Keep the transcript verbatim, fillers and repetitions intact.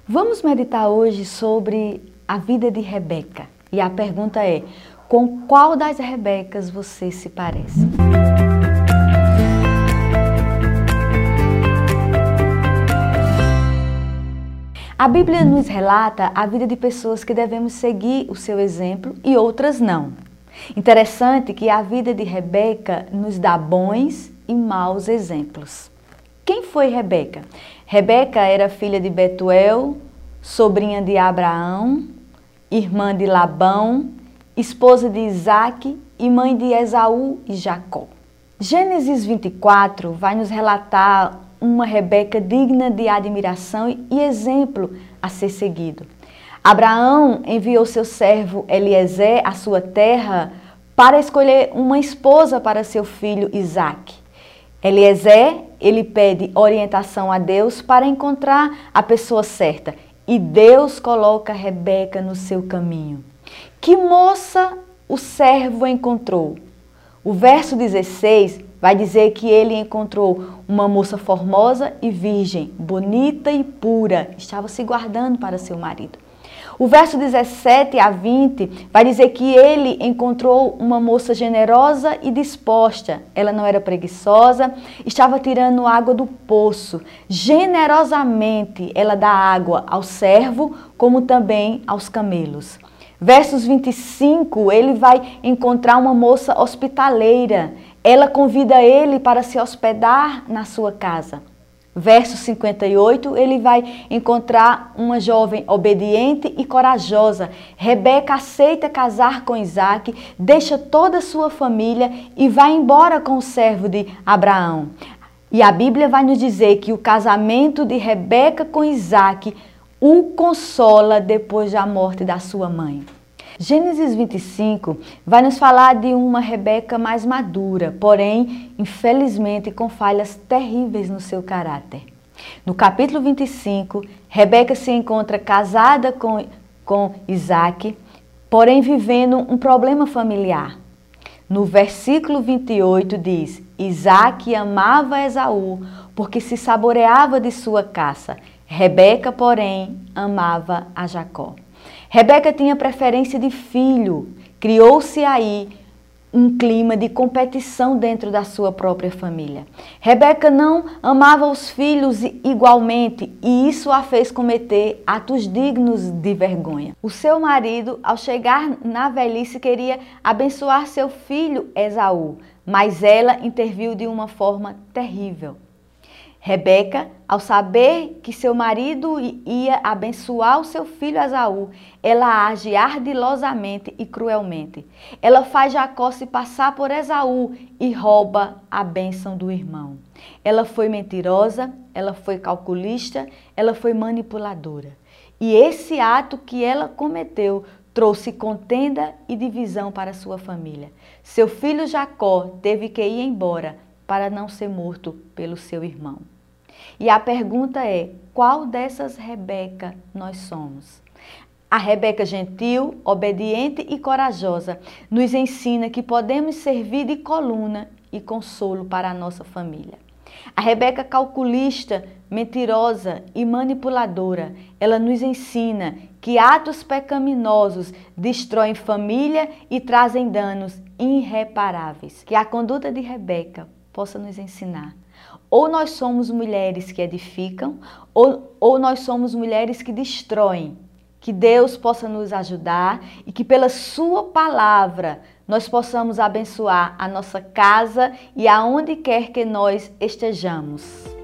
Vamos meditar hoje sobre a vida de Rebeca. E a pergunta é: com qual das Rebecas você se parece? A Bíblia nos relata a vida de pessoas que devemos seguir o seu exemplo e outras não. Interessante que a vida de Rebeca nos dá bons e maus exemplos. Quem foi Rebeca? Rebeca era filha de Betuel, sobrinha de Abraão, irmã de Labão, esposa de Isaque e mãe de Esaú e Jacó. Gênesis vinte e quatro vai nos relatar uma Rebeca digna de admiração e exemplo a ser seguido. Abraão enviou seu servo Eliezer à sua terra para escolher uma esposa para seu filho Isaque. Eliezer, ele pede orientação a Deus para encontrar a pessoa certa e Deus coloca Rebeca no seu caminho. Que moça o servo encontrou? O verso dezesseis vai dizer que ele encontrou uma moça formosa e virgem, bonita e pura, estava se guardando para seu marido. O verso dezessete a vinte vai dizer que ele encontrou uma moça generosa e disposta. Ela não era preguiçosa, estava tirando água do poço. Generosamente ela dá água ao servo, como também aos camelos. Versos vinte e cinco, ele vai encontrar uma moça hospitaleira. Ela convida ele para se hospedar na sua casa. Verso cinquenta e oito, ele vai encontrar uma jovem obediente e corajosa. Rebeca aceita casar com Isaque, deixa toda a sua família e vai embora com o servo de Abraão. E a Bíblia vai nos dizer que o casamento de Rebeca com Isaque o consola depois da morte da sua mãe. Gênesis vinte e cinco vai nos falar de uma Rebeca mais madura, porém, infelizmente, com falhas terríveis no seu caráter. No capítulo vinte e cinco, Rebeca se encontra casada com, com Isaque, porém vivendo um problema familiar. No versículo vinte e oito diz: Isaque amava Esaú porque se saboreava de sua caça. Rebeca, porém, amava a Jacó. Rebeca tinha preferência de filho, criou-se aí um clima de competição dentro da sua própria família. Rebeca não amava os filhos igualmente e isso a fez cometer atos dignos de vergonha. O seu marido, ao chegar na velhice, queria abençoar seu filho Esaú, mas ela interviu de uma forma terrível. Rebeca, ao saber que seu marido ia abençoar o seu filho Esaú, ela age ardilosamente e cruelmente. Ela faz Jacó se passar por Esaú e rouba a bênção do irmão. Ela foi mentirosa, ela foi calculista, ela foi manipuladora. E esse ato que ela cometeu trouxe contenda e divisão para sua família. Seu filho Jacó teve que ir embora para não ser morto pelo seu irmão. E a pergunta é: qual dessas Rebeca nós somos? A Rebeca gentil, obediente e corajosa nos ensina que podemos servir de coluna e consolo para a nossa família. A Rebeca calculista, mentirosa e manipuladora, ela nos ensina que atos pecaminosos destroem família e trazem danos irreparáveis. Que a conduta de Rebeca possa nos ensinar. Ou nós somos mulheres que edificam, ou, ou nós somos mulheres que destroem. Que Deus possa nos ajudar e que pela sua palavra nós possamos abençoar a nossa casa e aonde quer que nós estejamos.